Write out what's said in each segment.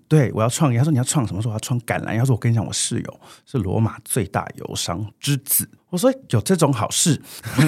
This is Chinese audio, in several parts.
对，我要创业。他说你要创什么？说我要创橄榄油。他说我跟你讲，我室友是罗马最大油商之子。我说有这种好事。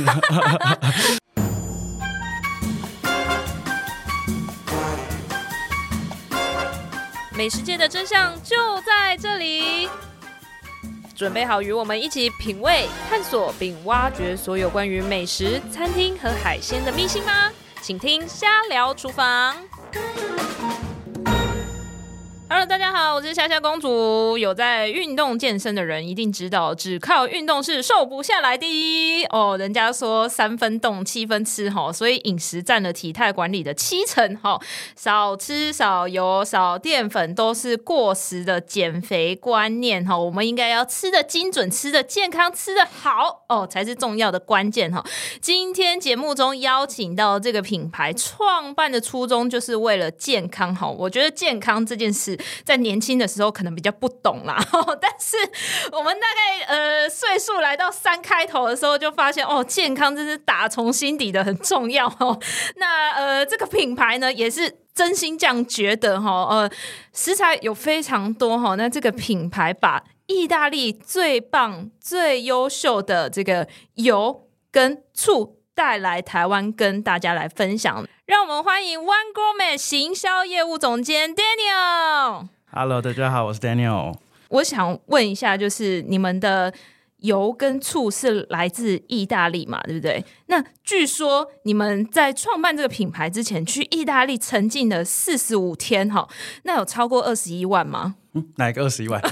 美食界的真相就在这里，准备好与我们一起品味、探索并挖掘所有关于美食、餐厅和海鲜的秘辛吗？请听瞎聊厨房。Hello， 大家好，我是夏夏公主。有在运动健身的人一定知道，只靠运动是瘦不下来的哦。人家说3分动7分吃，所以饮食占了体态管理的70%。少吃少油少淀粉都是过时的减肥观念。我们应该要吃的精准，吃的健康，吃的好才是重要的关键。今天节目中邀请到这个品牌创办的初衷就是为了健康。我觉得健康这件事在年轻的时候可能比较不懂啦，但是我们大概岁数来到3开头的时候就发现健康真是打从心底的很重要。那这个品牌呢也是真心这样觉得。食材有非常多，那这个品牌把意大利最棒最优秀的这个油跟醋带来台湾跟大家来分享。让我们欢迎 One Gourmet 行销业务总监 Daniel。Hello， 大家好，我是 Daniel。 我想问一下，就是你们的油跟醋是来自意大利嘛，对不对？那据说你们在创办这个品牌之前去意大利沉浸了45天，那有超过21万吗？ 哪一个21万？ 超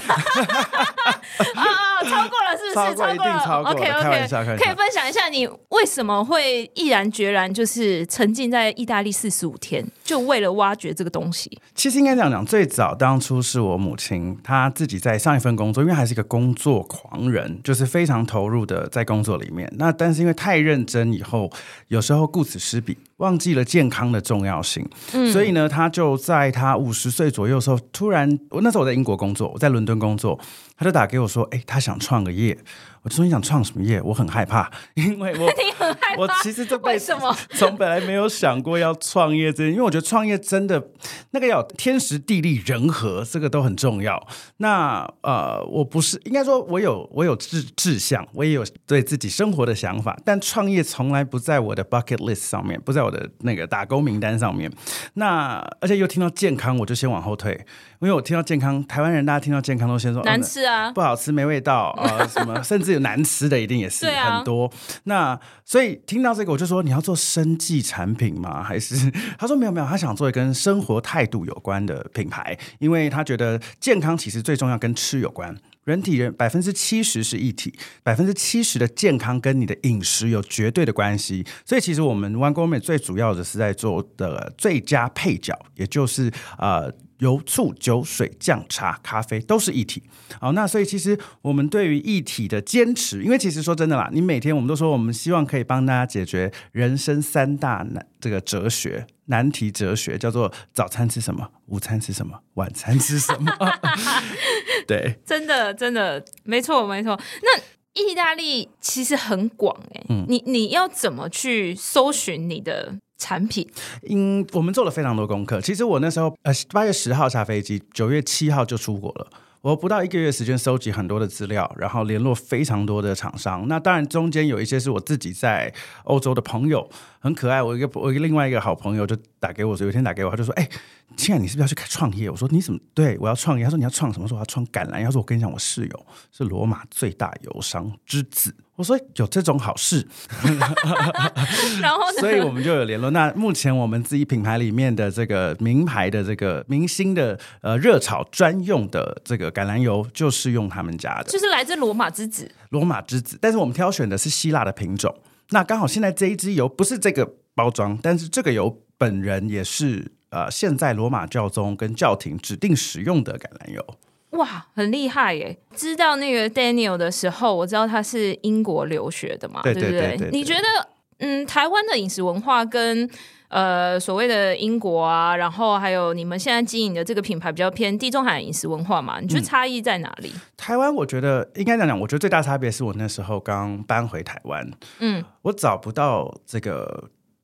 过了是不是？ 超过，一定超过了。 OK， 开玩笑。 可以分享一下你为什么会毅然决然就是沉浸在意大利45天，就为了挖掘这个东西？ 其实应该这样讲，最早当初是我母亲，她自己在上一份工作，因为还是一个工作狂人，就是非常投入的在工作里面。那但是因为太认真以后，有时候顾此失彼，忘记了健康的重要性。所以呢，她就在她50岁左右的时候，突然，那时候我在英国工作，我在伦敦工作，她就打给我说，她想创个业。我就说你想创什么业？我很害怕，因为你很害怕， 我其实这辈子为什么从本来没有想过要创业这件，因为我觉得创业真的那个要天时地利人和，这个都很重要。那我不是应该说我有志向，我也有对自己生活的想法，但创业从来不在我的 bucket list 上面，不在我的那个打勾名单上面。那而且又听到健康，我就先往后退，因为我听到健康，台湾人大家听到健康都先说难吃啊， 不好吃没味道什么甚至有难吃的一定也是很多。那所以听到这个我就说你要做生技产品吗？还是他说没有，他想做跟生活态度有关的品牌，因为他觉得健康其实最重要跟吃有关。人体人70%是一体，70%的健康跟你的饮食有绝对的关系。所以其实我们 One Gourmet 最主要的是在做的最佳配角，也就是油、醋、酒、水、酱、茶、咖啡都是一体。好，那所以其实我们对于一体的坚持，因为其实说真的啦，你每天我们都说我们希望可以帮大家解决人生3大这个哲学难题哲学，叫做早餐吃什么，午餐吃什么，晚餐吃什么。对， 真的没错。那意大利其实很广你要怎么去搜寻你的产品？ 我们做了非常多功课。其实我那时候8月10号下飞机，9月7号就出国了。我不到1个月时间收集很多的资料，然后联络非常多的厂商。那当然中间有一些是我自己在欧洲的朋友，很可爱。我另外一个好朋友就打给我，有一天打给我，他就说亲爱，你是不是要去创业？我说你怎么？对，我要创业。他说你要创什么？说我要创橄榄。他说我跟你讲，我室友是罗马最大油商之子。我说有这种好事。 然后呢？ 所以我们就有联络。那目前我们自己品牌里面的这个名牌的这个明星的热炒专用的这个橄榄油，就是用他们家的， 就是来自罗马之子。 但是我们挑选的是希腊的品种。那刚好现在这一支油不是这个包装，但是这个油本人也是现在罗马教宗跟教廷指定使用的橄榄油。 哇，很厉害耶！知道那个 Daniel 的时候，我知道他是英国留学的嘛，对不对？你觉得台湾的饮食文化跟所谓的英国啊，然后还有你们现在经营的这个品牌比较偏地中海饮食文化嘛？你觉得差异在哪里？ 台湾我觉得应该这样讲，我觉得最大差别是我那时候刚搬回台湾，我找不到这个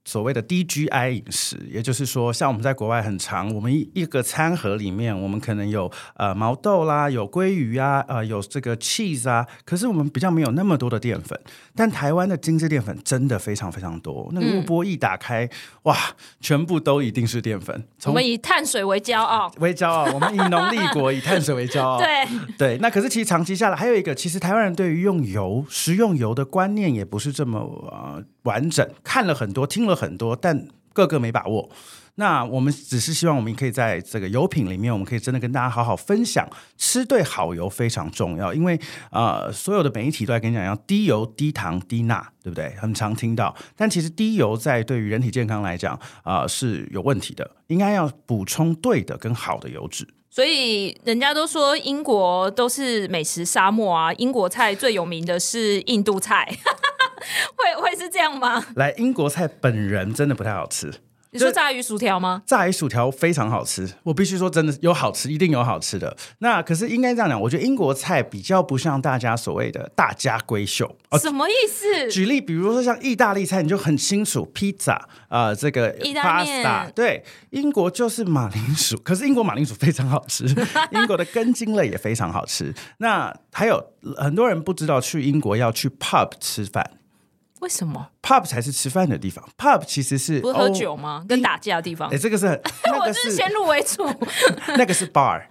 所谓的 DGI 饮食，也就是说像我们在国外很常，我们一个餐盒里面我们可能有毛豆啦，有鲑鱼啊，有这个 cheese 啊，可是我们比较没有那么多的淀粉，但台湾的精致淀粉真的非常非常多，那个微波一打开，哇，全部都一定是淀粉。 我们以碳水为骄傲， 我们以农立国以碳水为骄傲。对，那可是其实长期下来，还有一个，其实台湾人对于用油、食用油的观念也不是这么完整，看了很多，听了很多，但个个没把握。那我们只是希望我们可以在这个油品里面，我们可以真的跟大家好好分享，吃对好油非常重要，因为所有的媒体都在跟你讲要低油、低糖、低钠，对不对？很常听到，但其实低油在对于人体健康来讲是有问题的，应该要补充对的跟好的油脂。 所以人家都说英国都是美食沙漠啊，英国菜最有名的是印度菜，会是这样吗？ 来，英国菜本人真的不太好吃。 你说炸鱼薯条吗？ 炸鱼薯条非常好吃，我必须说真的有好吃，一定有好吃的。那可是应该这样讲，我觉得英国菜比较不像大家所谓的大家闺秀。 什么意思？ 举例，比如说像意大利菜，你就很清楚 pizza 这个 pasta， 对，英国就是马铃薯，可是英国马铃薯非常好吃，英国的根茎类也非常好吃。那还有很多人不知道去英国要去 pub 吃饭。 为什么 pub 才是吃饭的地方？ pub 其实是不是喝酒吗？跟打架的地方？ 这个是我就是先入为主， 那个是 bar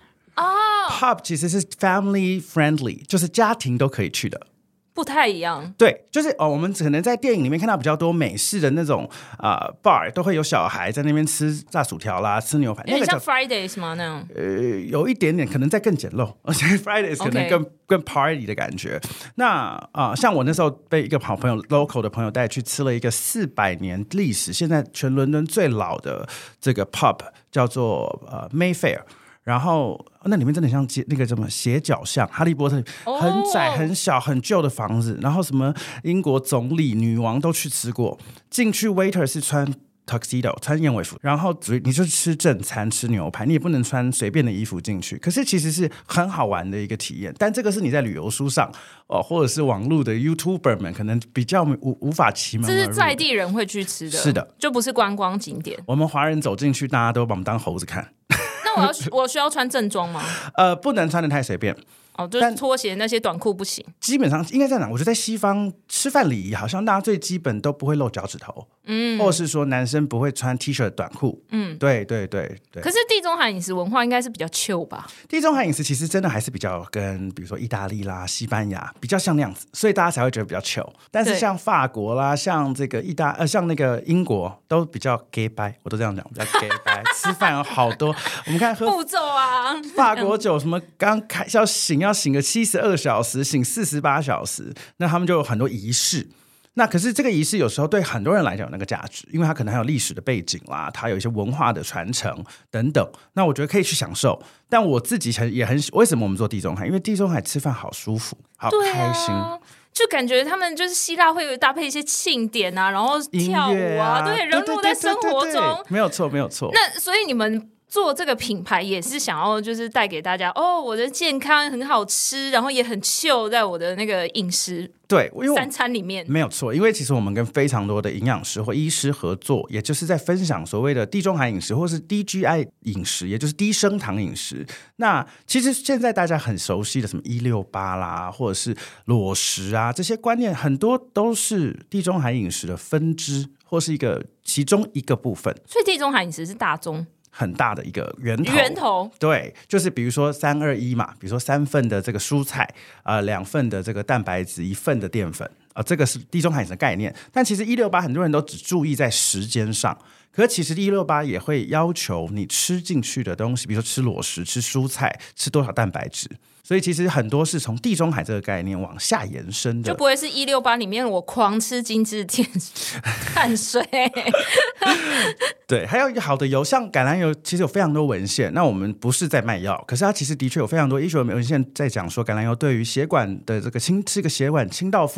pub 其实是 family friendly， 就是家庭都可以去的。 不太一样， 对，就是我们可能在电影里面看到比较多美式的那种bar， 都会有小孩在那边吃炸薯条啦，吃牛排， 有点像 Fridays 吗？那样有一点点，可能再更简陋，而且 Fridays 可能更 party 的感觉。那像我那时候被一个好朋友 local 的朋友带去吃了一个400年历史，现在全伦敦最老的这个 pub 叫做Mayfair。然后那里面真的像那个什么斜角巷，哈利波特很窄很小很旧的房子，然后什么英国总理女王都去吃过，进去 waiter 是穿 tuxedo 穿燕尾服，然后你就吃正餐吃牛排，你也不能穿随便的衣服进去，可是其实是很好玩的一个体验，但这个是你在旅游书上或者是网络的 YouTuber 们可能比较无法其门而入， 这是在地人会去吃的， 是的， 就不是观光景点。 我们华人走进去大家都把我们当猴子看。 那我需要穿正装吗？ 不能穿得太随便。 就是拖鞋那些短裤不行。 基本上应该这样讲，我觉得在西方吃饭礼仪好像大家最基本都不会露脚趾头，或者是说男生不会穿 T 恤短裤，对。可是地中海饮食文化应该是比较 chill 吧？ 地中海饮食其实真的还是比较跟比如说意大利啦、西班牙比较像那样子，所以大家才会觉得比较 chill。但是像法国啦、像这个像那个英国都比较 gay 掰，我都这样讲，比较 gay 掰。吃饭有好多，我们看喝步骤啊， 法国酒什么刚开要醒个72小时，醒48小时，那他们就有很多仪式。那可是这个仪式有时候对很多人来讲有那个价值，因为它可能还有历史的背景啦，它有一些文化的传承等等。那我觉得可以去享受，但我自己也很为什么我们做地中海？因为地中海吃饭好舒服，好开心。 就感觉他们就是希腊会有搭配一些庆典啊，然后跳舞啊，对，融入在生活中， 没有错，没有错。 那所以你们做这个品牌也是想要就是带给大家我的健康很好吃，然后也很chill在我的那个饮食对三餐里面， 没有错。因为其实我们跟非常多的营养师或医师合作，也就是在分享所谓的地中海饮食或是 DGI 饮食，也就是低升糖饮食。那其实现在大家很熟悉的什么168啦，或者是裸食啊，这些观念很多都是地中海饮食的分支或是其中一个部分。 所以地中海饮食是大宗很大的一个源头，对，就是比如说321嘛，比如说3份的这个蔬菜2份的这个蛋白质1份的淀粉这个是地中海饮食的概念。但其实168很多人都只注意在时间上，可是其实168也会要求你吃进去的东西，比如说吃裸食、吃蔬菜、吃多少蛋白质。所以其实很多是从地中海这个概念往下延伸的， 就不会是168里面我狂吃精致碳水对，还有一个好的油，像橄榄油其实有非常多文献，那我们不是在卖药，可是它其实的确有非常多医学文献在讲说橄榄油对于血管的这个是个血管清道夫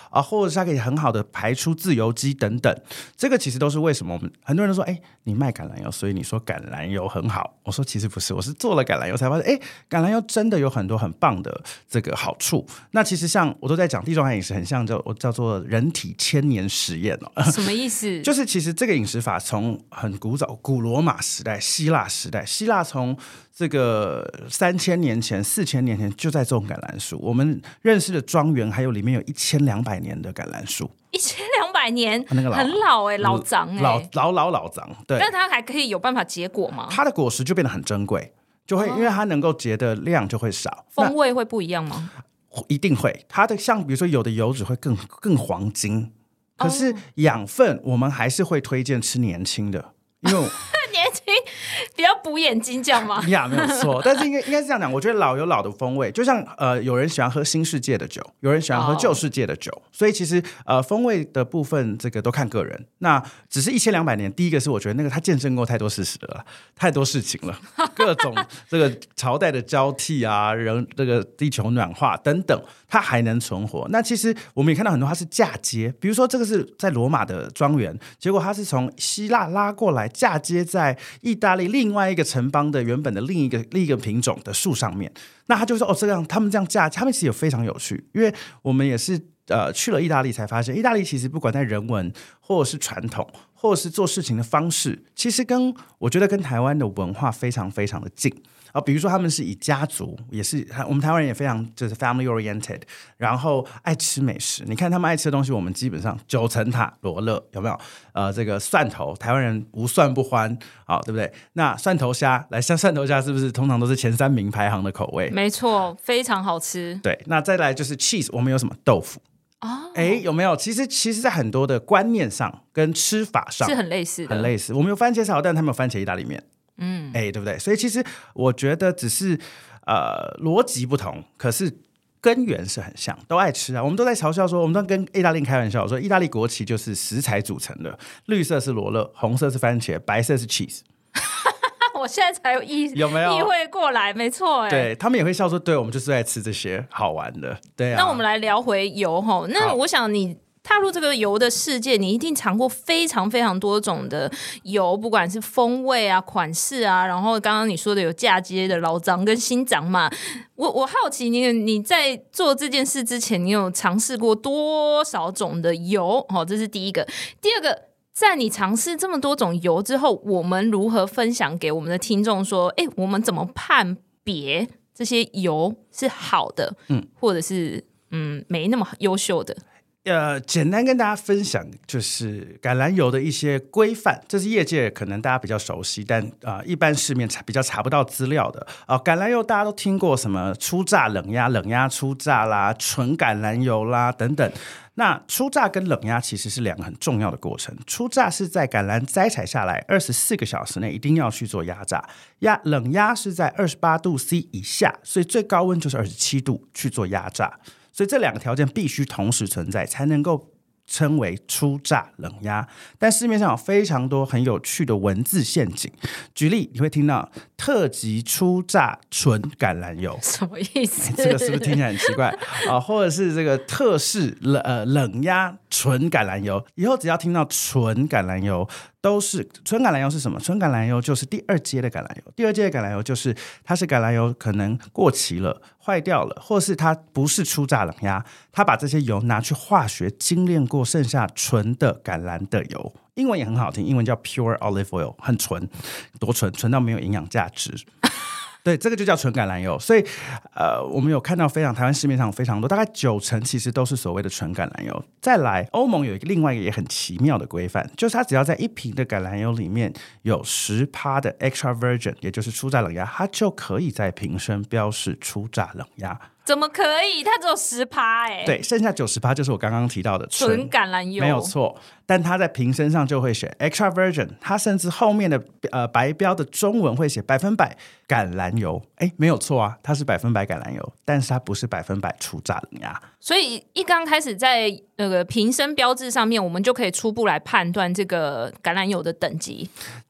或者是它可以很好的排出自由基等等。这个其实都是为什么我们很多人都说，你卖橄榄油，所以你说橄榄油很好。我说其实不是，我是做了橄榄油才发现，橄榄油真的有很多很棒的这个好处。那其实像我都在讲地中海饮食，很像叫做人体1000年实验什么意思？ 就是其实这个饮食法从很古早古罗马时代、希腊时代，希腊从这个3000年前、4000年前就在种橄榄树。我们认识的庄园还有里面有1200年的橄榄树。 1200年， 那个很老老长老长，对。 但它还可以有办法结果吗？ 它的果实就变得很珍贵，就会因为它能够结的量就会少。 风味会不一样吗？ 一定会。它的像比如说有的油脂会更黄金，可是养分我们还是会推荐吃年轻的，因为年轻比较补眼睛，这样吗？ 呀，没有错。但是应该是这样讲，我觉得老有老的风味，就像有人喜欢喝新世界的酒，有人喜欢喝旧世界的酒，所以其实风味的部分这个都看个人。那只是1200年，第一个是我觉得那个他见证过太多事实了，太多事情了，各种这个朝代的交替啊，人这个地球暖化等等，它还能存活。那其实我们也看到很多它是嫁接，比如说这个是在罗马的庄园，结果它是从希腊拉过来嫁接在意大利另外一个城邦的原本的另一个品种的树上面。那他就说这样他们这样嫁，他们其实也非常有趣，因为我们也是去了意大利才发现，意大利其实不管在人文或者是传统或者是做事情的方式，其实我觉得跟台湾的文化非常非常的近。比如说他们是以家族，也是我们台湾人也非常就是 family oriented， 然后爱吃美食。你看他们爱吃的东西，我们基本上9层塔罗勒有没有？这个蒜头，台湾人无蒜不欢，对不对？那蒜头虾，像蒜头虾是不是通常都是前3名排行的口味？ 没错，非常好吃。 对，那再来就是 cheese， 我们有什么豆腐？有没有？其实在很多的观念上跟吃法上是很类似的， 很类似。我们有番茄炒蛋，他们有番茄意大利面。对不对？所以其实我觉得只是逻辑不同，可是根源是很像，都爱吃啊。我们都在嘲笑说，我们都跟意大利开玩笑说，意大利国旗就是食材组成的，绿色是罗勒，红色是番茄，白色是 cheese。 我现在才有没有意会过来？没错， 对，他们也会笑说，对，我们就是在吃这些好玩的。对啊。 那我们来聊回油齁。那我想你踏入这个油的世界，你一定尝过非常非常多种的油，不管是风味啊、款式啊，然后刚刚你说的有嫁接的老张跟新张嘛。我好奇你在做这件事之前，你有尝试过多少种的油？这是第一个。第二个，在你尝试这么多种油之后，我们如何分享给我们的听众说，我们怎么判别这些油是好的，或者是没那么优秀的？ 简单跟大家分享就是橄榄油的一些规范，这是业界可能大家比较熟悉，但一般市面比较查不到资料的。橄榄油大家都听过什么初榨冷压、冷压初榨啦、纯橄榄油啦等等。那初榨跟冷压其实是2个很重要的过程。初榨是在橄榄摘采下来24个小时内一定要去做压榨，冷压是在28度 C 以下，所以最高温就是27度去做压榨。所以这2个条件必须同时存在，才能够称为初榨冷压。但市面上有非常多很有趣的文字陷阱。举例，你会听到特级初榨纯橄榄油， 什么意思？ 这个是不是听起来很奇怪或者是这个特式冷压纯橄榄油，以后只要听到纯橄榄油，都是纯橄榄油是什么？纯橄榄油就是第2阶的橄榄油。第2阶的橄榄油就是它是橄榄油可能过期了、坏掉了，或是它不是初榨冷压，它把这些油拿去化学精炼过，剩下纯的橄榄的油。英文也很好听，英文叫 pure olive oil， 很纯，多纯，纯到没有营养价值。对，这个就叫纯橄榄油。所以我们有看到台湾市面上有非常多，大概90%其实都是所谓的纯橄榄油。再来，欧盟有另外一个也很奇妙的规范，就是它只要在1瓶的橄榄油里面有10% 的 extra virgin， 也就是初榨冷压，它就可以在瓶身标示初榨冷压。 怎么可以？它只有10% 对，剩下90%就是我刚刚提到的纯橄榄油， 没有错。但它在瓶身上就会写 extra virgin， 它甚至后面的白标的中文会写100%橄榄油。没有错啊，它是100%橄榄油，但是它不是100%初榨冷压。 所以一刚开始在瓶身标志上面，我们就可以初步来判断这个橄榄油的等级。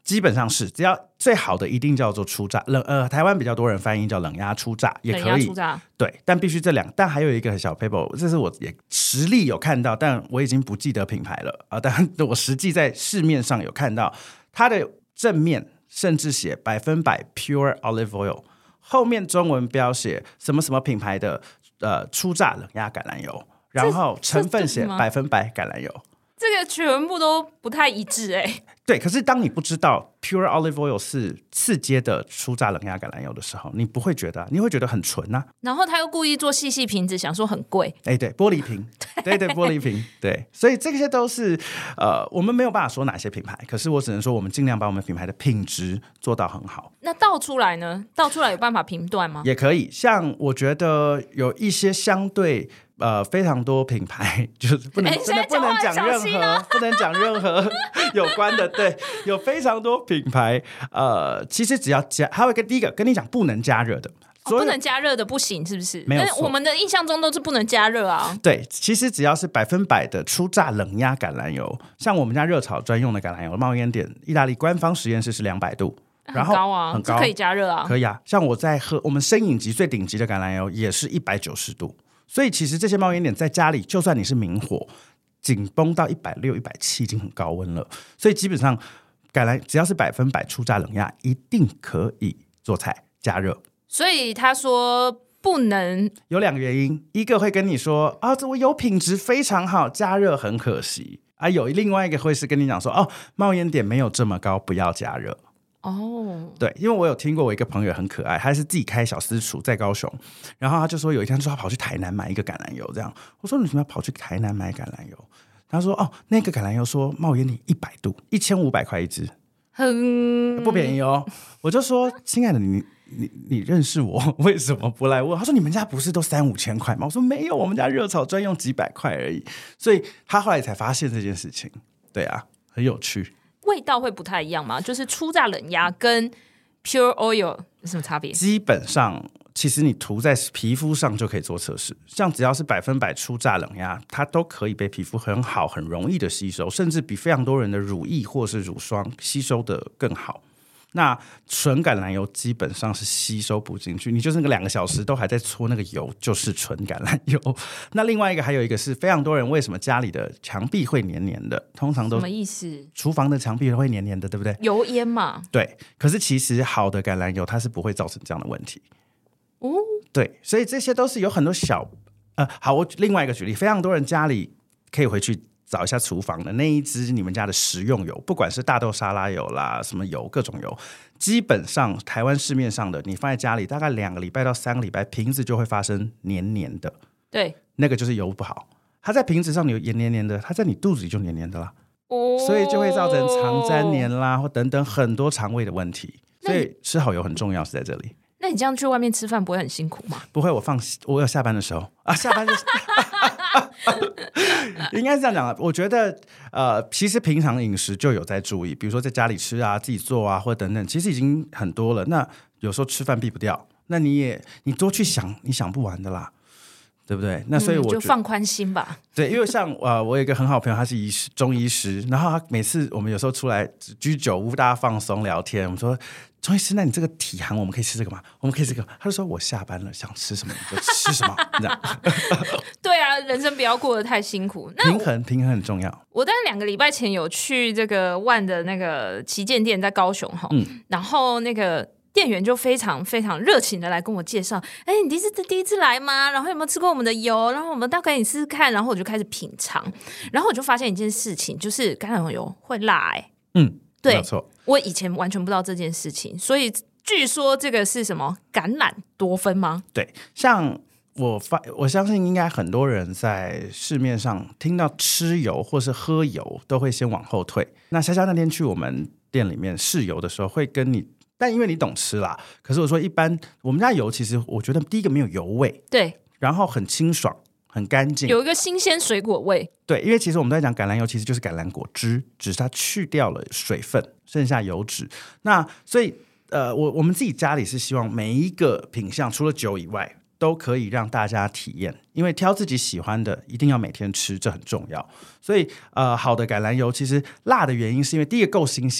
基本上是，只要最好的一定叫做初榨，台湾比较多人翻译叫冷压初榨，也可以冷压初榨， 对，但必须这两，但还有一个小 paper， 这是我也实力有看到，但我已经不记得品牌了啊，但我实际在市面上有看到，它的正面甚至写100% pure olive oil， 后面中文标写什么什么品牌的初榨冷压橄榄油，然后成分写100%橄榄油。 这个全部都不太一致对，可是当你不知道 pure olive oil 是次阶的初榨冷压橄榄油的时候，你不会觉得，你会觉得很纯啊。 然后他又故意做细细瓶子，想说很贵。 对，玻璃瓶，对，玻璃瓶，对，所以这些都是我们没有办法说哪些品牌，可是我只能说我们尽量把我们品牌的品质做到很好。 那倒出来呢？倒出来有办法评断吗？ 也可以，像我觉得有一些相对非常多品牌，就是不能真的不能讲任何不能讲任何有关的，对，有非常多品牌，其实只要加，他会第一个跟你讲不能加热的。 不能加热的不行，是不是？ 没有错， 但我们的印象中都是不能加热啊。 对，其实只要是100%的初榨冷压橄榄油，像我们家热炒专用的橄榄油冒烟点，意大利官方实验室是200度。然后很高啊，很高，可以加热啊， 可以啊。像我在喝我们生饮级最顶级的橄榄油也是190度，所以其实这些冒烟点在家里，就算你是明火，紧绷到160、170已经很高温了。所以基本上橄榄只要是100%初榨冷压，一定可以做菜加热。 所以他说不能， 有2个原因，一个会跟你说啊，这我油品质非常好，加热很可惜啊。有另外一个会是跟你讲说，哦，冒烟点没有这么高，不要加热。 哦， 对，因为我有听过，我一个朋友很可爱，他是自己开小私厨在高雄，然后他就说有一天说他跑去台南买一个橄榄油，这样我说你为什么要跑去台南买橄榄油？他说哦，那个橄榄油说冒烟点100度，1500块一支， 很不便宜哦。我就说亲爱的你认识我为什么不来问？他说你们家不是都3-5千块吗？我说没有，我们家热炒专用几百块而已。所以他后来才发现这件事情。对啊，很有趣。 味道会不太一样吗？就是初榨冷压跟 pure oil 有什么差别？ 基本上其实你涂在皮肤上就可以做测试，像只要是100%初榨冷压，它都可以被皮肤很好很容易的吸收，甚至比非常多人的乳液或是乳霜吸收的更好。那纯橄榄油基本上是吸收不进去，你就是那个2个小时都还在搓那个油，就是纯橄榄油。那另外一个还有一个是非常多人为什么家里的墙壁会黏黏的，通常都什么意思？ 厨房的墙壁会黏黏的，对不对？ 油烟嘛。 对，可是其实好的橄榄油它是不会造成这样的问题。 哦， 对，所以这些都是有很多小好，我另外一个举例，非常多人家里可以回去找一下厨房的那一支你们家的食用油，不管是大豆沙拉油啦，什么油各种油，基本上台湾市面上的你放在家里大概2个礼拜到3个礼拜，瓶子就会发生黏黏的。 对， 那个就是油不好，它在瓶子上有黏黏的，它在你肚子里就黏黏的啦。 哦， 所以就会造成肠粘连啦，或等等很多肠胃的问题。所以吃好油很重要，是在这里。 那你这样去外面吃饭不会很辛苦吗？ 不会，我有下班的时候啊，下班的时候应该是这样讲的。我觉得其实平常饮食就有在注意，比如说在家里吃啊，自己做啊，或等等，其实已经很多了。那有时候吃饭避不掉，那你多去想，你想不完的啦。对不对？那所以我就放宽心吧。 对，因为像我有一个很好的朋友，他是中医师，然后他每次我们有时候出来居酒屋，大家放松聊天，我们说中医师，那你这个体寒我们可以吃这个吗？我们可以这个。他就说我下班了想吃什么你就吃什么，这样。 对啊，人生不要过得太辛苦。那平衡很重要。我大概2个礼拜前有去这个万的那个旗舰店在高雄哈，然后那个店员就非常非常热情的来跟我介绍，哎，你第一次来吗？然后有没有吃过我们的油？然后我们大概你试试看，然后我就开始品尝，然后我就发现一件事情，就是橄榄油会辣对，没错，我以前完全不知道这件事情，所以据说这个是什么橄榄多酚吗？ 对，像我相信应该很多人在市面上听到吃油或是喝油都会先往后退。那夏夏那天去我们店里面试油的时候会跟你，但因为你懂吃啦，可是我说一般我们家油其实我觉得第一个没有油味， 对， 然后很清爽很干净， 有一个新鲜水果味。 对，因为其实我们在讲橄榄油其实就是橄榄果汁，只是它去掉了水分剩下油脂。那所以我们自己家里是希望每一个品项除了酒以外都可以让大家体验，因为挑自己喜欢的一定要每天吃，这很重要。所以好的橄榄油其实辣的原因是因为第一个够新鲜，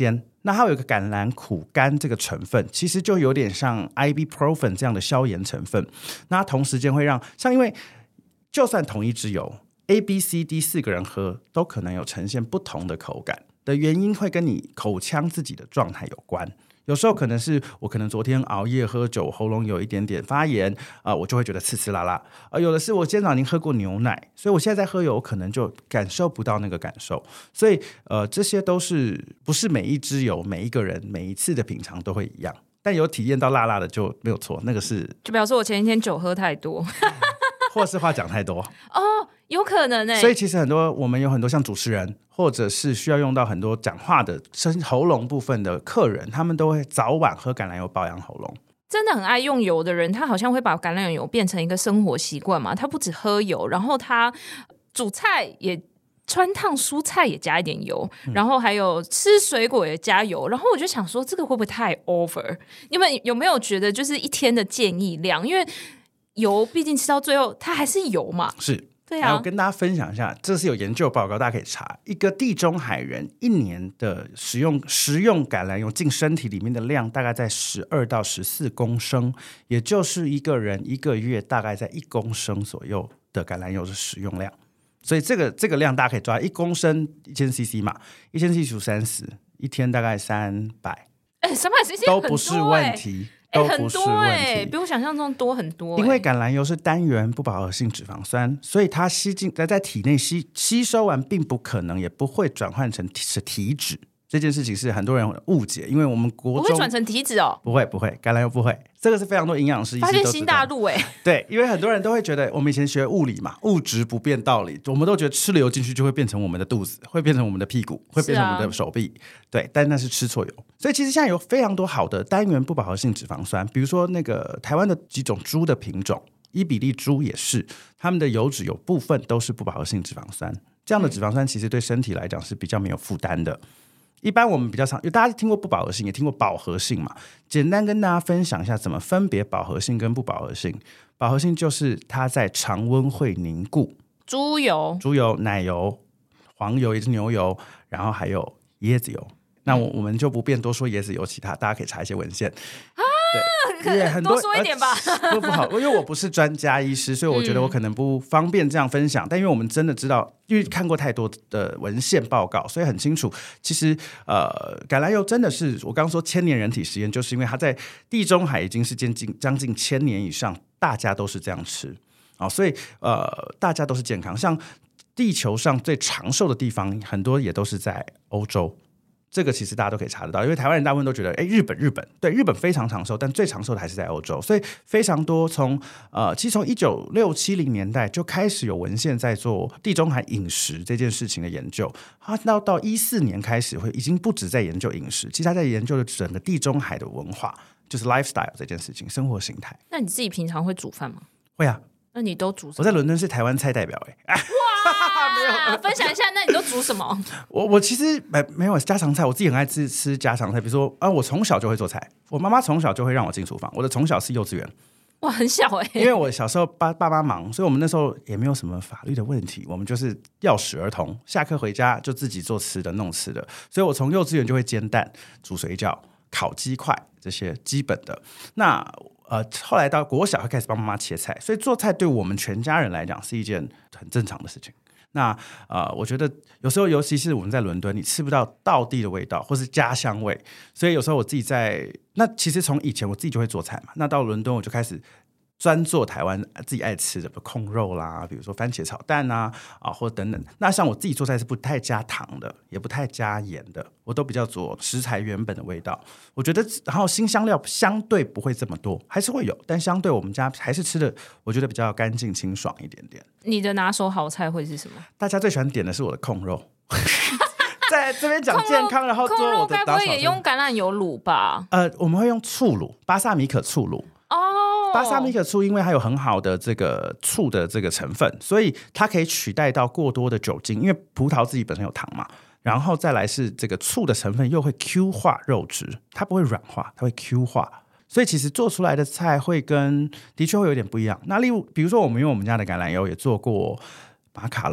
那它有一个橄榄苦苷这个成分，其实就有点像 ibuprofen 这样的消炎成分。那它同时间会让因为就算同一支油 A、B、C、D 4个人喝都可能有呈现不同的口感的原因，会跟你口腔自己的状态有关。有时候可能是我可能昨天熬夜喝酒，喉咙有一点点发炎，我就会觉得刺刺辣辣。有的是我今天早上已经喝过牛奶，所以我现在在喝油，我可能就感受不到那个感受。所以这些都是不是每一支油每一个人每一次的品尝都会一样，但有体验到辣辣的就没有错，那个是就表示我前一天酒喝太多或是话讲太多有可能所以其实我们有很多像主持人或者是需要用到很多讲话的喉咙部分的客人，他们都会早晚喝橄榄油保养喉咙。 真的很爱用油的人，他好像会把橄榄油变成一个生活习惯嘛。他不只喝油，然后他煮菜也川烫蔬菜也加一点油，然后还有吃水果也加油。然后我就想说，这个会不会太 over？ 你们有没有觉得就是一天的建议量？因为油毕竟吃到最后它还是油嘛。 是， 对啊。 我跟大家分享一下，这是有研究报告，大家可以查。一个地中海人一年的食用橄榄油进身体里面的量大概在12到14公升，也就是一个人一个月大概在1公升左右的橄榄油的使用量。所以这个量大家可以抓1公升1000cc 嘛，1000cc 除30，一天大概300，300 cc 都不是问题。都不是问题， 比我想象中多很多。 因为橄榄油是单元不饱和性脂肪酸，所以它在体内吸收完，并不可能也不会转换成体脂。这件事情是很多人误解，因为我们国中不会转成体脂哦， 不会，橄榄油不会，这个是非常多营养师发现新大陆对，因为很多人都会觉得，我们以前学物理嘛，物质不变道理，我们都觉得吃了油进去就会变成我们的肚子，会变成我们的屁股，会变成我们的手臂，对，但那是吃错油。所以其实现在有非常多好的单元不饱和性脂肪酸，比如说那个台湾的几种猪的品种，伊比利猪也是，它们的油脂有部分都是不饱和性脂肪酸，这样的脂肪酸其实对身体来讲是比较没有负担的。一般我们比较常，大家听过不饱和性，也听过饱和性嘛。简单跟大家分享一下怎么分别饱和性跟不饱和性。饱和性就是它在常温会凝固， 猪油、 奶油、黄油也是牛油，然后还有椰子油。那我们就不便多说椰子油，其他大家可以查一些文献。对，很多多说一点吧。 不好，因为我不是专家医师，所以我觉得我可能不方便这样分享。但因为我们真的知道，因为看过太多的文献报告，所以很清楚。其实橄榄油真的是我刚刚说1000年人体实验，就是因为它在地中海已经是将近1000年以上，大家都是这样吃所以大家都是健康。像地球上最长寿的地方，很多也都是在欧洲。这个其实大家都可以查得到，因为台湾人大部分都觉得，日本对，日本非常长寿，但最长寿的还是在欧洲，所以非常多其实从1960、70年代就开始有文献在做地中海饮食这件事情的研究，到14年开始已经不止在研究饮食，其实他在研究的整个地中海的文化，就是 lifestyle 这件事情，生活形态。 那你自己平常会煮饭吗？ 会啊。 那你都煮什么？ 我在伦敦是台湾菜代表哇，分享一下，那你都煮什么？ 我其实没有家常菜，我自己很爱吃家常菜，比如说我从小就会做菜，我妈妈从小就会让我进厨房，我的从小是幼稚园。 哇，很小因为我小时候爸妈忙，所以我们那时候也没有什么法律的问题，我们就是钥匙儿童，下课回家就自己做吃的弄吃的，所以我从幼稚园就会煎蛋、煮水饺、烤鸡块这些基本的。那后来到国小会开始帮妈妈切菜，所以做菜对我们全家人来讲是一件很正常的事情。那我觉得有时候尤其是我们在伦敦，你吃不到道地的味道或是家乡味，所以有时候我自己那其实从以前我自己就会做菜嘛，那到伦敦我就开始专做台湾自己爱吃的，比如控肉啦，比如说番茄炒蛋或等等。那像我自己做菜是不太加糖的，也不太加盐的，我都比较做食材原本的味道。我觉得，然后辛香料相对不会这么多，还是会有，但相对我们家还是吃的，我觉得比较干净清爽一点点。 你的拿手好菜会是什么？ 大家最喜欢点的是我的控肉。在这边讲健康，然后做我的控肉该不会也用橄榄油卤吧？ 我们会用醋卤，巴萨米可醋卤。巴萨米可醋因为它有很好的这个醋的这个成分，所以它可以取代到过多的酒精，因为葡萄自己本身有糖嘛，然后再来是这个醋的成分又会 Q 化肉质，它不会软化，它会 Q 化，所以其实做出来的菜会的确会有点不一样。那比如说我们用我们家的橄榄油也做过马卡龙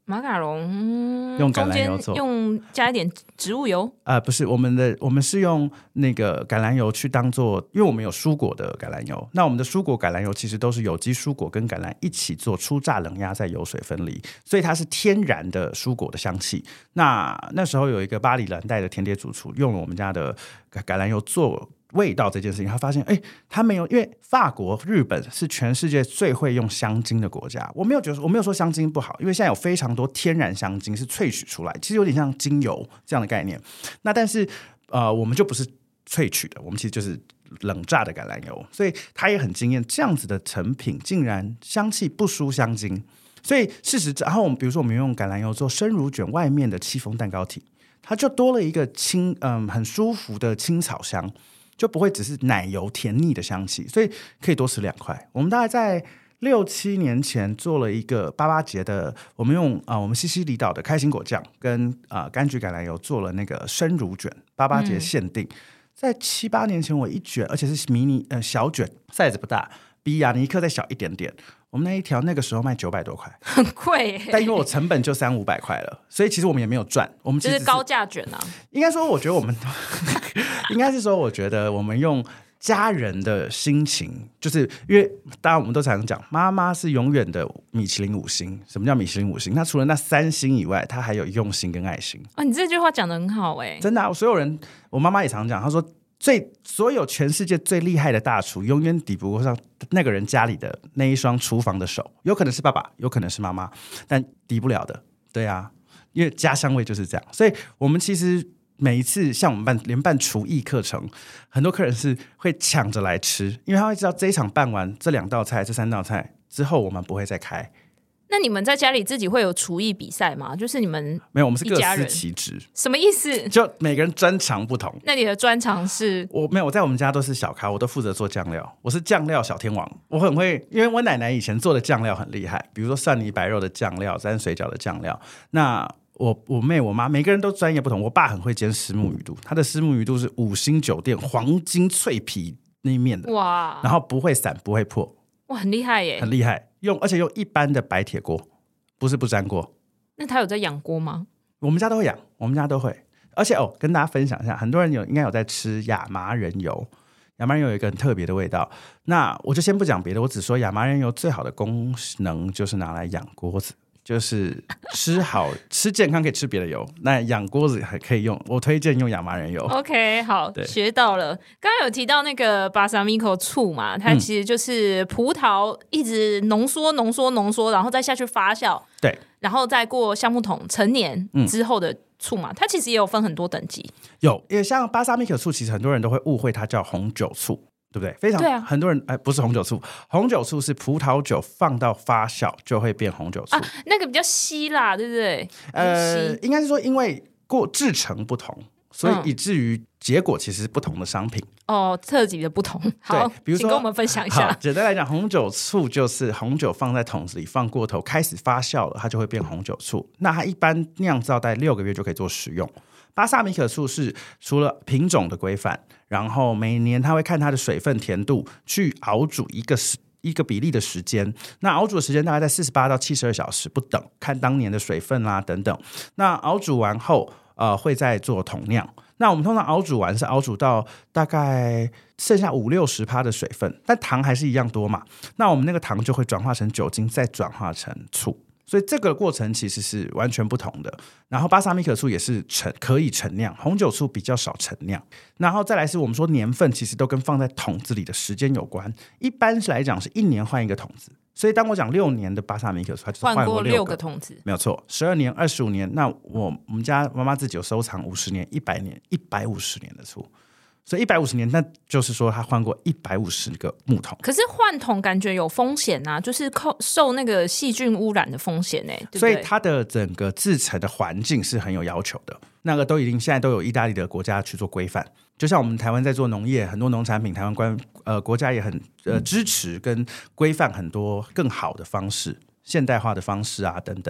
马卡龙用橄榄油做， 用加一点植物油？ 不是，我们是用那个橄榄油去当做，因为我们有蔬果的橄榄油，那我们的蔬果橄榄油其实都是有机蔬果跟橄榄一起做初榨冷压再油水分离，所以它是天然的蔬果的香气。那时候有一个巴里蓝带的甜点主厨用了我们家的橄榄油做味道这件事情，他发现他没有，因为法国日本是全世界最会用香精的国家。我没有说香精不好，因为现在有非常多天然香精是萃取出来，其实有点像精油这样的概念。那但是我们就不是萃取的，我们其实就是冷榨的橄榄油，所以他也很惊艳，这样子的成品竟然香气不输香精。所以事实，然后比如说我们用橄榄油做生乳卷外面的戚风蛋糕体，它就多了一个很舒服的青草香，就不会只是奶油甜腻的香气，所以可以多吃2块。我们大概在6-7年前做了一个88节的，我们用我们西西里岛的开心果酱跟柑橘橄榄油做了那个生乳卷，88节限定。在7-8年前我一卷，而且是迷你小卷，size 不大，比雅尼克再小一点点。我们那一条那个时候卖900多块， 很贵耶。 但因为我成本就300-500块了，所以其实我们也没有赚。我们其实就是高价卷啊。 应该说，我觉得我们应该是说，我觉得我们用家人的心情，就是因为当然我们都常讲，妈妈是永远的米其林5星。什么叫米其林5星？那除了那3星以外，她还有用心跟爱心。 你这句话讲得很好哎， 真的啊！所有人，我妈妈也常讲，她说所有全世界最厉害的大厨，永远抵不过上那个人家里的那一双厨房的手，有可能是爸爸，有可能是妈妈，但抵不了的。对啊，因为家乡味就是这样。所以我们其实每一次像我们连办厨艺课程，很多客人是会抢着来吃，因为他会知道这一场办完这2道菜、这3道菜之后，我们不会再开。 那你们在家里自己会有厨艺比赛吗？就是你们没有，我们是各司其职。 什么意思？ 就每个人专长不同。 那你的专长是？ 我没有，我在我们家都是小咖，我都负责做酱料，我是酱料小天王。我很会，因为我奶奶以前做的酱料很厉害，比如说蒜泥白肉的酱料、沾水饺的酱料。那我妹我妈每个人都专业不同。我爸很会煎虱目鱼肚，他的虱目鱼肚是5星酒店黄金脆皮那一面的，哇，然后不会散不会破， 哇，很厉害耶， 很厉害。而且用一般的白铁锅，不是不粘锅。 那他有在养锅吗？ 我们家都会养，我们家都会。而且跟大家分享一下，很多人应该有在吃亚麻仁油。亚麻仁油有一个很特别的味道，那我就先不讲别的，我只说亚麻仁油最好的功能就是拿来养锅子，就是吃健康可以吃别的油，那养锅子还可以用，我推荐用亚麻仁油。 OK， 好，学到了。刚刚有提到那个巴萨米口醋嘛，它其实就是葡萄一直浓缩，然后再下去发酵，对，然后再过橡木桶成年之后的醋嘛，它其实也有分很多等级。有， 因为像巴萨米口醋其实很多人都会误会它叫红酒醋，对不对？非常对啊，很多人不是红酒醋，红酒醋是葡萄酒放到发酵就会变红酒醋， 那个比较稀啦，对不对？ 应该是说因为制成不同，所以以至于结果其实是不同的商品特级的不同。好，比如说请跟我们分享一下。 简单来讲，红酒醋就是红酒放在桶子里放过头，开始发酵了，它就会变红酒醋。那它一般酿造大概6个月就可以做食用。巴萨米可醋是除了品种的规范，然后每年它会看它的水分甜度去熬煮一个比例的时间，那熬煮的时间大概在48到72小时不等，看当年的水分啦等等。那熬煮完后会再做桶酿。那我们通常熬煮完是熬煮到大概剩下50-60%的水分，但糖还是一样多嘛，那我们那个糖就会转化成酒精，再转化成醋，所以这个过程其实是完全不同的。然后巴萨米可醋也是可以陈酿，红酒醋比较少陈酿。然后再来是我们说年份其实都跟放在桶子里的时间有关，一般来讲是1年换一个桶子，所以当我讲6年的巴萨米可醋，它就是换过6个桶子，没有错。12年、25年，那我们家妈妈自己有收藏50年、100年、150年的醋。所以150年，那就是说他换过150个木桶。可是换桶感觉有风险啊，就是受那个细菌污染的风险对不对？所以它的整个制成的环境是很有要求的。那个现在都有意大利的国家去做规范。就像我们台湾在做农业，很多农产品，台湾国家也很支持跟规范很多更好的方式、现代化的方式啊等等的。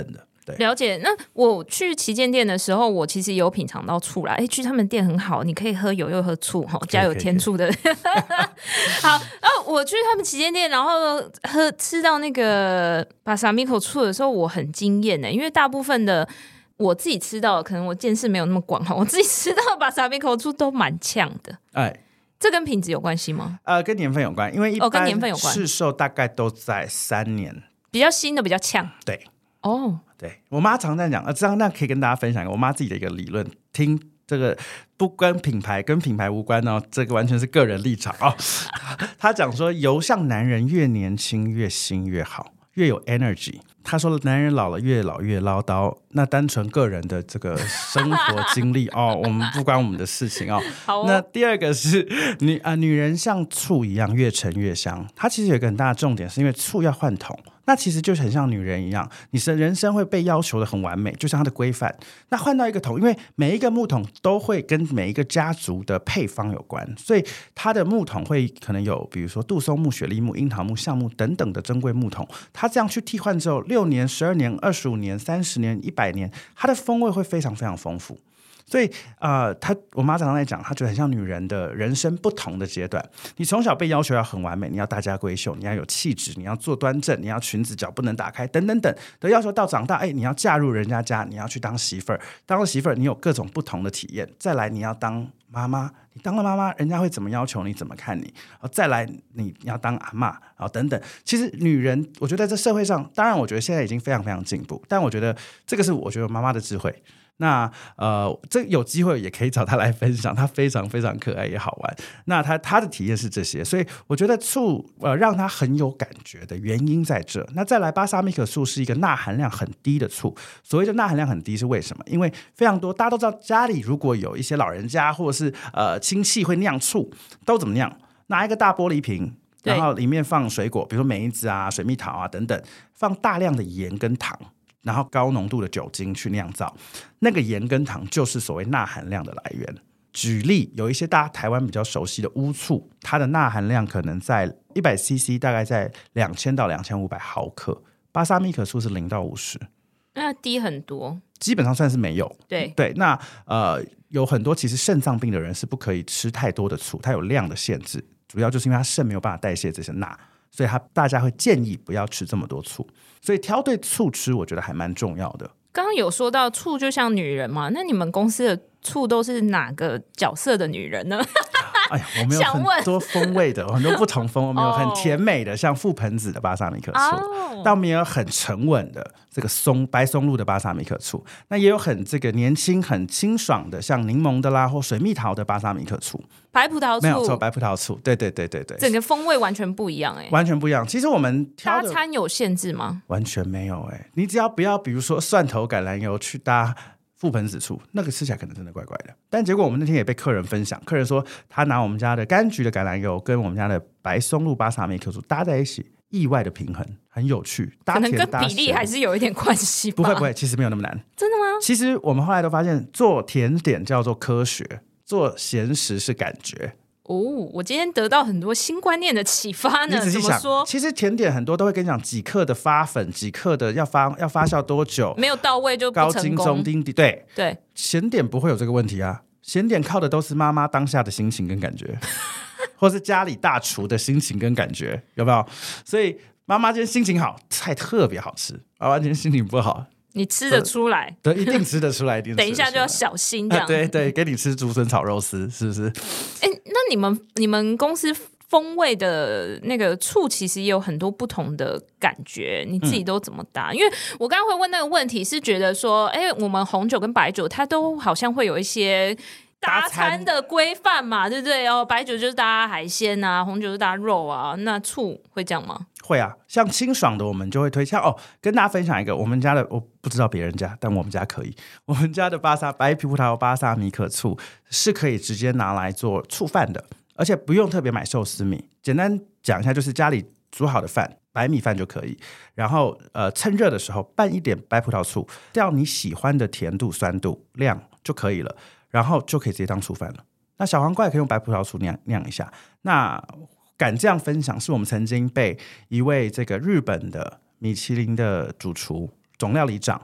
了解。那我去旗舰店的时候，我其实有品尝到醋啦。去他们店很好，你可以喝油又喝醋，加有天醋的。好，然后我去他们旗舰店，然后吃到那个巴萨米口醋的时候，我很惊艳因为大部分的我自己吃到的，可能我见识没有那么广，我自己吃到的巴萨米口醋都蛮呛的。这跟品质有关系吗？ 跟年份有关，因为一跟年份有关， 市售大概都在3年， 比较新的比较呛。 对，对，我妈常在讲，这样那可以跟大家分享我妈自己的一个理论，听这个不跟品牌无关这个完全是个人立场她讲说，油像男人越年轻越新越好，越有 energy。他说男人老了越老越唠叨，那单纯个人的这个生活经历我们不关我们的事情好那第二个是女人像醋一样越陈越香，它其实有一个很大的重点，是因为醋要换桶，那其实就是很像女人一样，你的人生会被要求的很完美，就像它的规范。那换到一个桶，因为每一个木桶都会跟每一个家族的配方有关，所以它的木桶会可能有比如说杜松木、雪莉木、樱桃木、橡木等等的珍贵木桶，它这样去替换之后，6年、12年、25年、30年、100年，它的风味会非常非常丰富。所以我妈常常在讲，她觉得很像女人的人生不同的阶段。你从小被要求要很完美，你要大家闺秀，你要有气质，你要坐端正，你要裙子脚不能打开，等等等的要求，到长大你要嫁入人家家，你要去当媳妇儿，当了媳妇儿你有各种不同的体验，再来你要当妈妈，你当了妈妈人家会怎么要求你，怎么看你，再来你要当阿嬷等等。其实女人我觉得在这社会上，当然我觉得现在已经非常非常进步，但我觉得这个是我觉得妈妈的智慧。那这有机会也可以找他来分享，他非常非常可爱也好玩。那他的体验是这些，所以我觉得醋让他很有感觉的原因在这。那再来，巴萨米可醋是一个钠含量很低的醋。所谓的钠含量很低是为什么？因为非常多，大家都知道，家里如果有一些老人家或者是亲戚会酿醋，都怎么酿？拿一个大玻璃瓶，然后里面放水果，比如说梅子啊、水蜜桃啊等等，放大量的盐跟糖，然后高浓度的酒精去酿造，那个盐跟糖就是所谓钠含量的来源。举例，有一些大家台湾比较熟悉的乌醋，它的钠含量可能在100cc 大概在2000到2500毫克，巴萨米可醋是0到50， 那低很多， 基本上算是没有。 对， 那有很多其实肾脏病的人是不可以吃太多的醋，它有量的限制，主要就是因为它肾没有办法代谢这些钠，所以大家会建议不要吃这么多醋，所以挑对醋吃我觉得还蛮重要的。 刚刚有说到醋就像女人嘛，那你们公司的醋都是哪个角色的女人呢？ 哎呀，我们有很多风味的，很多不同风味，我们有很甜美的，像覆盆子的巴萨米可醋，但我们也有很沉稳的这个白松露的巴萨米可醋，那也有很这个年轻、很清爽的，像柠檬的啦或水蜜桃的巴萨米可醋。 白葡萄醋， 没有错，白葡萄醋，对， 整个风味完全不一样完全不一样。其实我们挑的搭餐有限制吗？ 完全没有你只要不要比如说蒜头橄榄油去搭覆盆子醋，那个吃起来可能真的怪怪的。但结果我们那天也被客人分享，客人说他拿我们家的柑橘的橄榄油跟我们家的白松露巴萨米可醋搭在一起，意外的平衡，很有趣。 可能跟比例还是有一点关系吧。 不会，其实没有那么难。 真的吗？ 其实我们后来都发现，做甜点叫做科学，做咸食是感觉。 我今天得到很多新观念的启发呢。 你仔细想， 怎么说？ 其实甜点很多都会跟你讲几克的发粉，几克的要发酵多久， 没有到位就不成功。 高筋中丁底，对，咸点不会有这个问题啊。咸点靠的都是妈妈当下的心情跟感觉，或是家里大厨的心情跟感觉，有没有？所以妈妈今天心情好，菜特别好吃；妈妈今天心情不好， 你吃得出来？ 对，一定吃得出来，一定吃得出来。 等一下就要小心这样。 对，给你吃竹笋炒肉丝，是不是？ 那你们公司风味的那个醋其实也有很多不同的感觉，你自己都怎么搭？因为我刚刚会问那个问题是觉得说，我们红酒跟白酒它都好像会有一些搭餐的规范嘛，对不对？白酒就是搭海鲜啊，红酒就是搭肉啊，那醋会这样吗？ 会啊，像清爽的我们就会推荐跟大家分享一个我们家的，我不知道别人家，但我们家可以。我们家的白葡萄巴萨米可醋是可以直接拿来做醋饭的，而且不用特别买寿司米。简单讲一下，就是家里煮好的饭，白米饭就可以，然后趁热的时候拌一点白葡萄醋，调你喜欢的甜度、酸度量就可以了，然后就可以直接当醋饭了。那小黄瓜也可以用白葡萄醋酿一下。那敢这样分享，是我们曾经被一位这个日本的米其林的主厨总料理长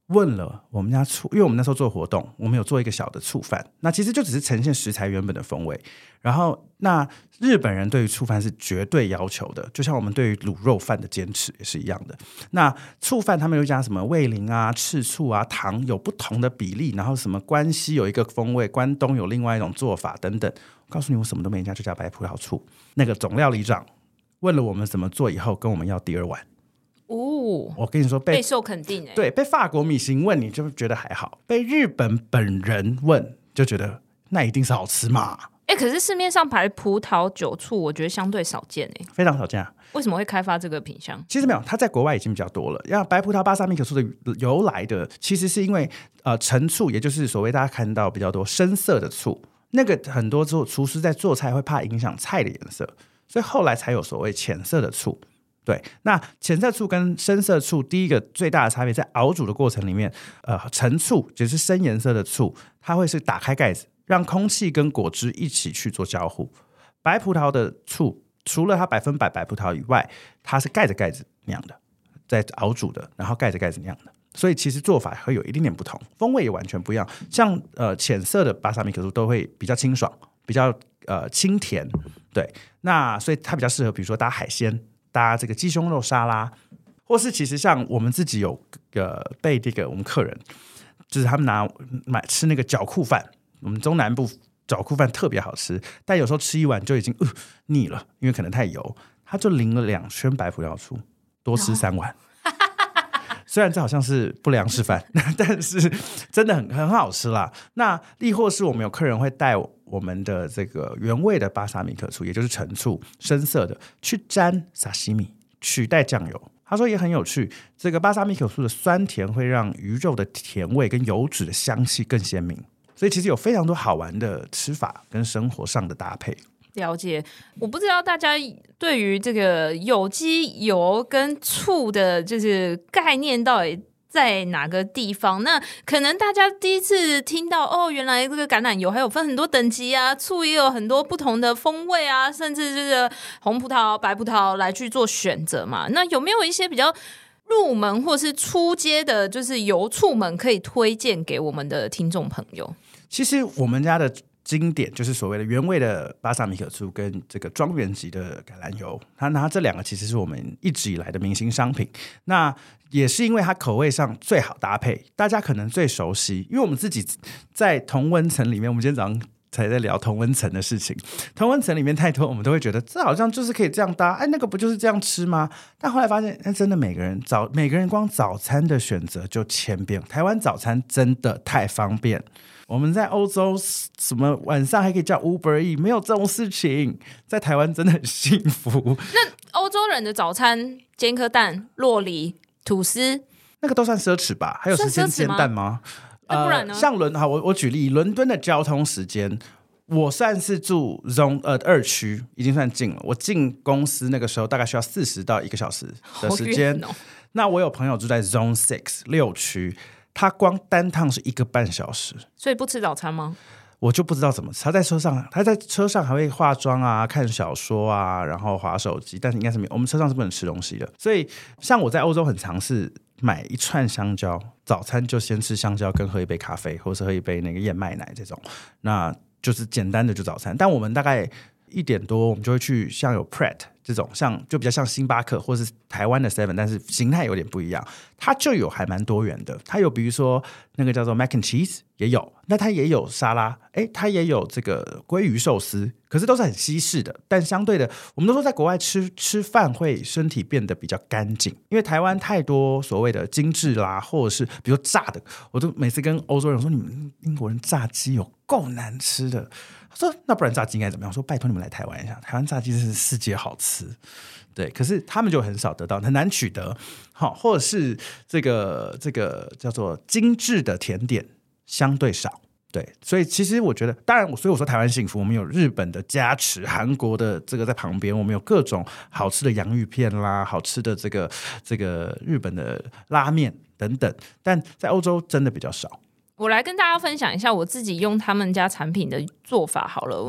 问了我们家醋，因为我们那时候做活动，我们有做一个小的醋饭，那其实就只是呈现食材原本的风味。然后那日本人对于醋饭是绝对要求的，就像我们对于卤肉饭的坚持也是一样的。那醋饭他们又加什么味淋啊、赤醋啊、糖有不同的比例，然后什么关西有一个风味，关东有另外一种做法等等。我告诉你，我什么都没加，就加白葡萄醋。那个总料理长问了我们怎么做以后，跟我们要第二碗。我跟你说备受肯定对，被法国米其林问你就觉得还好，被日本本人问就觉得那一定是好吃嘛。 可是市面上白葡萄酒醋我觉得相对少见非常少见啊。 为什么会开发这个品项？ 其实没有，它在国外已经比较多了。像白葡萄巴萨米可醋的由来的，其实是因为陈醋，也就是所谓大家看到比较多深色的醋，那个很多厨师在做菜会怕影响菜的颜色，所以后来才有所谓浅色的醋。对，那浅色醋跟深色醋第一个最大的差别在熬煮的过程里面，陈醋就是深颜色的醋，它会是打开盖子，让空气跟果汁一起去做交互。白葡萄的醋除了它100%白葡萄以外，它是盖着盖子酿的，在熬煮的，然后盖着盖子酿的，所以其实做法会有一点点不同，风味也完全不一样。像浅色的巴萨米可醋都会比较清爽，比较清甜，对，那所以它比较适合比如说搭海鲜，搭这个鸡胸肉沙拉，或是其实像我们自己有被这个我们客人就是他们买吃那个饺库饭，我们中南部饺库饭特别好吃，但有时候吃一碗就已经腻了，因为可能太油，他就淋了2圈白葡萄醋，多吃3碗。虽然这好像是不良示范，但是真的很好吃啦。那亦或是我们有客人会带我们的这个原味的巴萨米可醋，也就是陈醋深色的，去沾沙西米取代酱油。他说也很有趣，这个巴萨米可醋的酸甜会让鱼肉的甜味跟油脂的香气更鲜明，所以其实有非常多好玩的吃法跟生活上的搭配。 了解，我不知道大家对于这个有机油跟醋的就是概念到底在哪个地方。那可能大家第一次听到原来这个橄榄油还有分很多等级啊，醋也有很多不同的风味啊，甚至这个红葡萄白葡萄来去做选择嘛。那有没有一些比较入门或是初阶的就是油醋们可以推荐给我们的听众朋友？ 其实我们家的经典就是所谓的原味的巴萨米可醋跟这个庄园级的橄榄油，它这2个其实是我们一直以来的明星商品。那也是因为它口味上最好搭配，大家可能最熟悉。因为我们自己在同温层里面，我们今天早上才在聊同温层的事情，同温层里面太多，我们都会觉得这好像就是可以这样搭，那个不就是这样吃吗？但后来发现，真的每个人光早餐的选择就千变。台湾早餐真的太方便。我们在欧洲什么晚上还可以叫 Uber Eats， 没有这种事情，在台湾真的很幸福。 那欧洲人的早餐煎颗蛋、酪梨、吐司，那个都算奢侈吧？还有时间煎蛋吗？ 那不然呢？ 像我举例，伦敦的交通时间，我算是住 Zone 2区，已经算近了。我进公司那个时候大概需要40到1个小时的时间。那我有朋友住在 Zone 6区。他光单趟是1个半小时， 所以不吃早餐吗？ 我就不知道怎么吃。他在车上还会化妆啊、看小说啊，然后滑手机，但是应该是没有。我们车上是不能吃东西的，所以像我在欧洲很常是买一串香蕉，早餐就先吃香蕉跟喝一杯咖啡，或是喝一杯那个燕麦奶这种，那就是简单的就早餐。但我们大概1点多我们就会去像有 Pret 这种就比较像星巴克或是台湾的 Seven， 但是形态有点不一样，它就有还蛮多元的。它有比如说那个叫做 Mac and Cheese 也有，那它也有沙拉，它也有这个鲑鱼寿司，可是都是很西式的。但相对的，我们都说在国外吃饭会身体变得比较干净，因为台湾太多所谓的精致啦，或者是比如炸的，我都每次跟欧洲人说，你们英国人炸鸡有够难吃的。他说那不然炸鸡应该怎么样？我说拜托你们来台湾一下，台湾炸鸡真是世界好吃。对，可是他们就很少得到，很难取得。好，或者是这个叫做精致的甜点相对少。对，所以其实我觉得，当然所以我说台湾幸福，我们有日本的加持，韩国的这个在旁边，我们有各种好吃的洋芋片啦，好吃的这个日本的拉面等等，但在欧洲真的比较少。 我来跟大家分享一下我自己用他们家产品的做法好了。我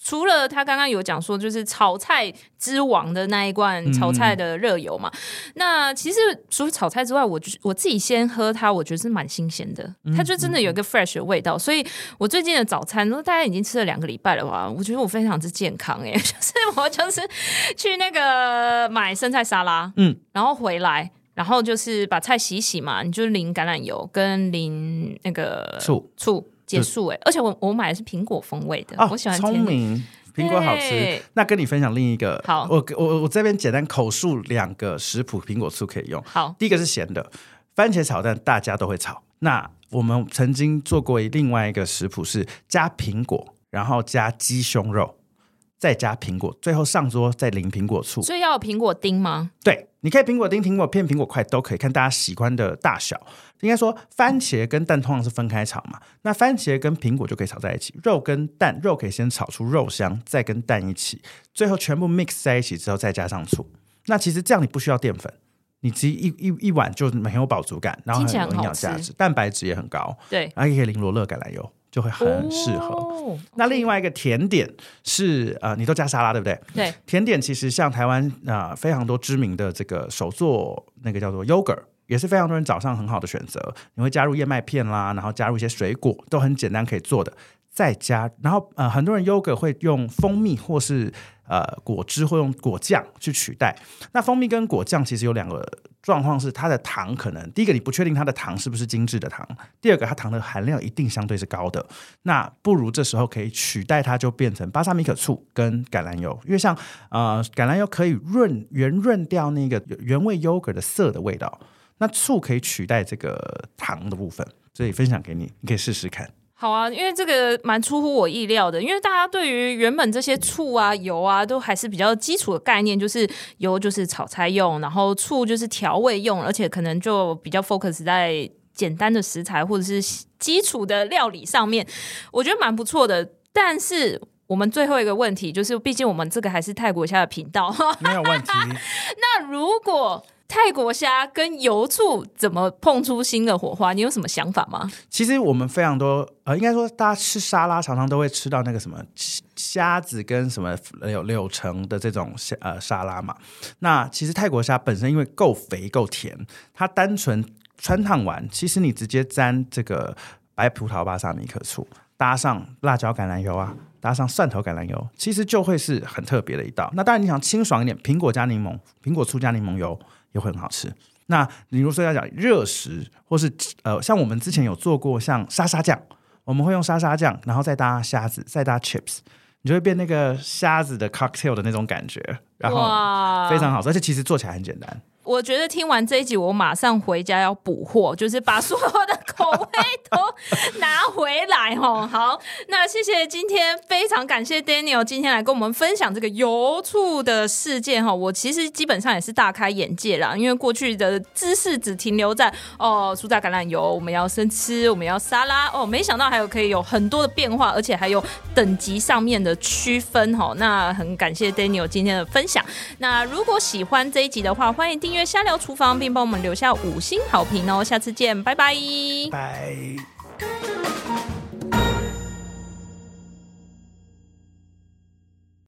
除了他刚刚有讲说就是炒菜之王的那一罐炒菜的热油嘛，那其实除了炒菜之外，我自己先喝它，我觉得是蛮新鲜的，它就真的有一个 fresh 的味道，所以我最近的早餐大概已经吃了2个礼拜了吧，我觉得我非常之健康就是我就是去那个买生菜沙拉，然后回来。然后就是把菜洗洗嘛，你就淋橄榄油跟淋那个醋结束而且我买的是苹果风味的，我喜欢聪明，苹果好吃。那跟你分享另一个， 好， 我这边简单口述2个食谱，苹果醋可以用。 好， 第一个是咸的，番茄炒蛋大家都会炒。那我们曾经做过另外一个食谱是加苹果，然后加鸡胸肉，再加苹果，最后上桌再淋苹果醋。 所以要有苹果丁吗？ 对，你可以苹果丁、苹果片、苹果块都可以，看大家喜欢的大小。应该说番茄跟蛋通常是分开炒嘛，那番茄跟苹果就可以炒在一起，肉跟蛋，肉可以先炒出肉香，再跟蛋一起，最后全部 mix 在一起之后再加上醋。那其实这样你不需要淀粉，你只一碗就很有饱足感，然后很有营养价值，蛋白质也很高， 对， 然后也可以淋罗勒橄榄油，就会很适合。那另外一个甜点是你都加沙拉对不对？ 对， 甜点其实像台湾非常多知名的这个手做那个叫做 yogurt， 也是非常多人早上很好的选择。你会加入燕麦片啦，然后加入一些水果，都很简单可以做的。再加，然后很多人 yogurt 会用蜂蜜或是果汁或用果酱去取代。那蜂蜜跟果酱其实有2个状况，是它的糖可能第一个你不确定它的糖是不是精致的糖，第二个它糖的含量一定相对是高的，那不如这时候可以取代它，就变成巴萨米可醋跟橄榄油，因为像橄榄油可以圆润掉那个原味 yogurt 的涩的味道，那醋可以取代这个糖的部分，所以分享给你，你可以试试看。 好啊，因为这个蛮出乎我意料的，因为大家对于原本这些醋啊、油啊，都还是比较基础的概念，就是油就是炒菜用，然后醋就是调味用，而且可能就比较 focus 在简单的食材或者是基础的料理上面，我觉得蛮不错的。但是我们最后一个问题就是，毕竟我们这个还是泰国虾的频道， 没有问题。 那如果泰国虾跟油醋怎么碰出新的火花？你有什么想法吗？ 其实我们非常多应该说大家吃沙拉常常都会吃到那个什么虾子跟什么柳橙的这种沙拉嘛。那其实泰国虾本身因为够肥够甜，它单纯穿烫完，其实你直接沾这个白葡萄巴萨米可醋，搭上辣椒橄榄油啊，搭上蒜头橄榄油，其实就会是很特别的一道。那当然你想清爽一点，苹果加柠檬，苹果醋加柠檬油也会很好吃。那你如果说要讲热食，或是像我们之前有做过像沙沙酱，我们会用沙沙酱，然后再搭虾子，再搭 chips， 你就会变那个虾子的 cocktail 的那种感觉，然后非常好吃，而且其实做起来很简单。 我觉得听完这一集，我马上回家要补货，就是把所有的口味都拿回来哦。好，那谢谢今天非常感谢 Daniel 今天来跟我们分享这个油醋的事件哈。我其实基本上也是大开眼界啦，因为过去的知识只停留在酥炸橄榄油，我们要生吃，我们要沙拉没想到还有可以有很多的变化，而且还有等级上面的区分哈。那很感谢 Daniel 今天的分享。那如果喜欢这一集的话，欢迎订阅瞎聊厨房，并帮我们留下5星好评哦。下次见，拜拜。 拜。